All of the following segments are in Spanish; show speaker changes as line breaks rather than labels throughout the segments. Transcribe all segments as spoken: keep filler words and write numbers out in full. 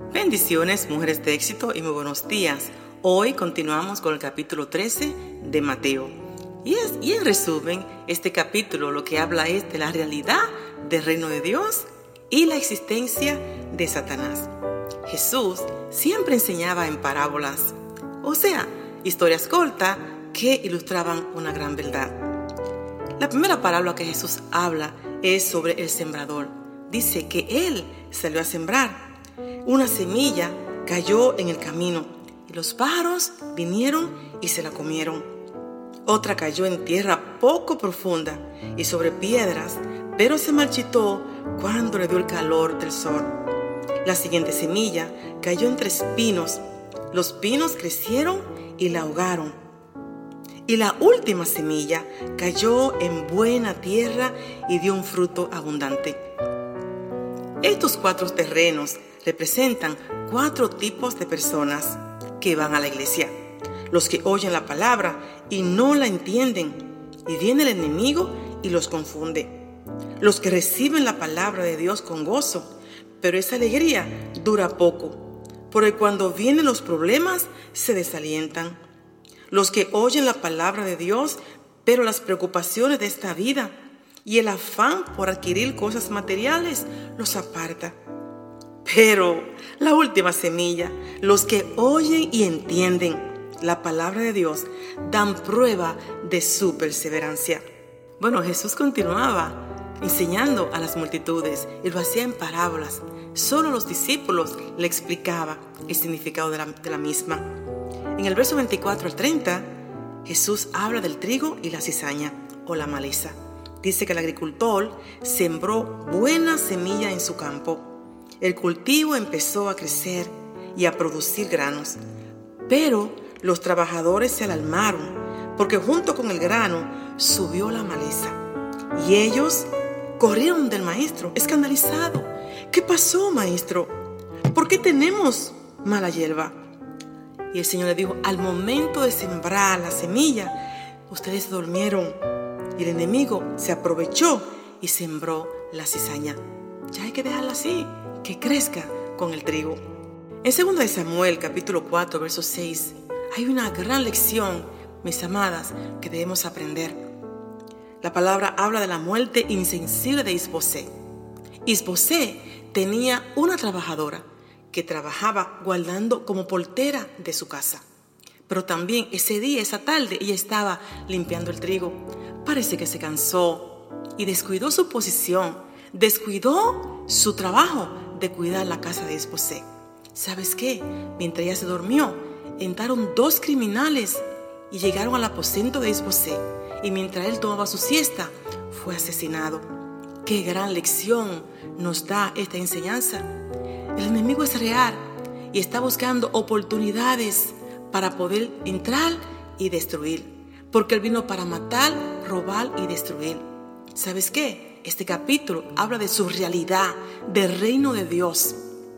Bendiciones, mujeres de éxito, y muy buenos días. Hoy continuamos con el capítulo trece de Mateo. Y, es, y en resumen, este capítulo lo que habla es de la realidad del reino de Dios y la existencia de Satanás. Jesús siempre enseñaba en parábolas, o sea, historias cortas que ilustraban una gran verdad. La primera parábola que Jesús habla es sobre el sembrador. Dice que él salió a sembrar. Una semilla cayó en el camino y los pájaros vinieron y se la comieron. Otra cayó en tierra poco profunda y sobre piedras, pero se marchitó cuando le dio el calor del sol. La siguiente semilla cayó entre espinos. Los pinos crecieron y la ahogaron. Y la última semilla cayó en buena tierra y dio un fruto abundante. Estos cuatro terrenos representan cuatro tipos de personas que van a la iglesia. Los que oyen la palabra y no la entienden, y viene el enemigo y los confunde. Los que reciben la palabra de Dios con gozo, pero esa alegría dura poco, porque cuando vienen los problemas se desalientan. Los que oyen la palabra de Dios, pero las preocupaciones de esta vida y el afán por adquirir cosas materiales los aparta. Pero la última semilla, los que oyen y entienden la palabra de Dios, dan prueba de su perseverancia. Bueno, Jesús continuaba enseñando a las multitudes y lo hacía en parábolas. Solo los discípulos le explicaban el significado de la, de la misma. En el verso veinticuatro al treinta, Jesús habla del trigo y la cizaña o la maleza. Dice que el agricultor sembró buena semilla en su campo. El cultivo empezó a crecer y a producir granos, pero los trabajadores se alarmaron porque junto con el grano subió la maleza y ellos corrieron del maestro escandalizados. ¿Qué pasó, maestro? ¿Por qué tenemos mala hierba? Y el Señor le dijo: al momento de sembrar la semilla, ustedes durmieron y el enemigo se aprovechó y sembró la cizaña. Ya hay que dejarla así, que crezca con el trigo. En segundo de Samuel, capítulo cuatro, verso seis, hay una gran lección, mis amadas, que debemos aprender. La palabra habla de la muerte insensible de Isbosé. Isbosé tenía una trabajadora que trabajaba guardando como portera de su casa. Pero también ese día, esa tarde, ella estaba limpiando el trigo. Parece que se cansó y descuidó su posición, descuidó su trabajo de cuidar la casa de Isbosé. ¿Sabes qué? Mientras ella se durmió, entraron dos criminales y llegaron al aposento de Isbosé. Y mientras él tomaba su siesta, fue asesinado. ¡Qué gran lección nos da esta enseñanza! El enemigo es real y está buscando oportunidades para poder entrar y destruir. Porque él vino para matar, robar y destruir. ¿Sabes qué? Este capítulo habla de su realidad, del reino de Dios.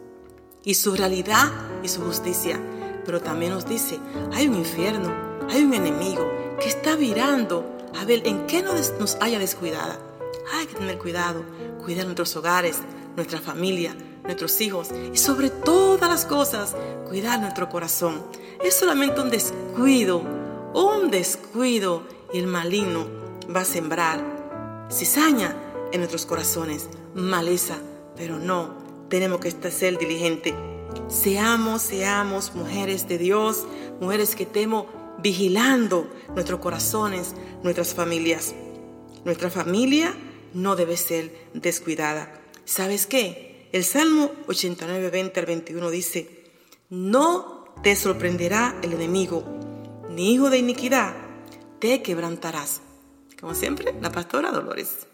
Y su realidad y su justicia. Pero también nos dice, hay un infierno, hay un enemigo que está mirando a ver en qué nos, nos haya descuidada. Hay que tener cuidado, cuidar nuestros hogares, nuestra familia, nuestros hijos y sobre todas las cosas, cuidar nuestro corazón. Es solamente un descuido, un descuido y el maligno va a sembrar cizaña en nuestros corazones, maleza, pero no, tenemos que ser diligentes. Seamos, seamos mujeres de Dios, mujeres que estemos vigilando nuestros corazones, nuestras familias. Nuestra familia no debe ser descuidada. ¿Sabes qué? El Salmo ochenta y nueve, veinte al veintiuno dice: no te sorprenderá el enemigo, ni hijo de iniquidad te quebrantarás. Como siempre, la pastora Dolores.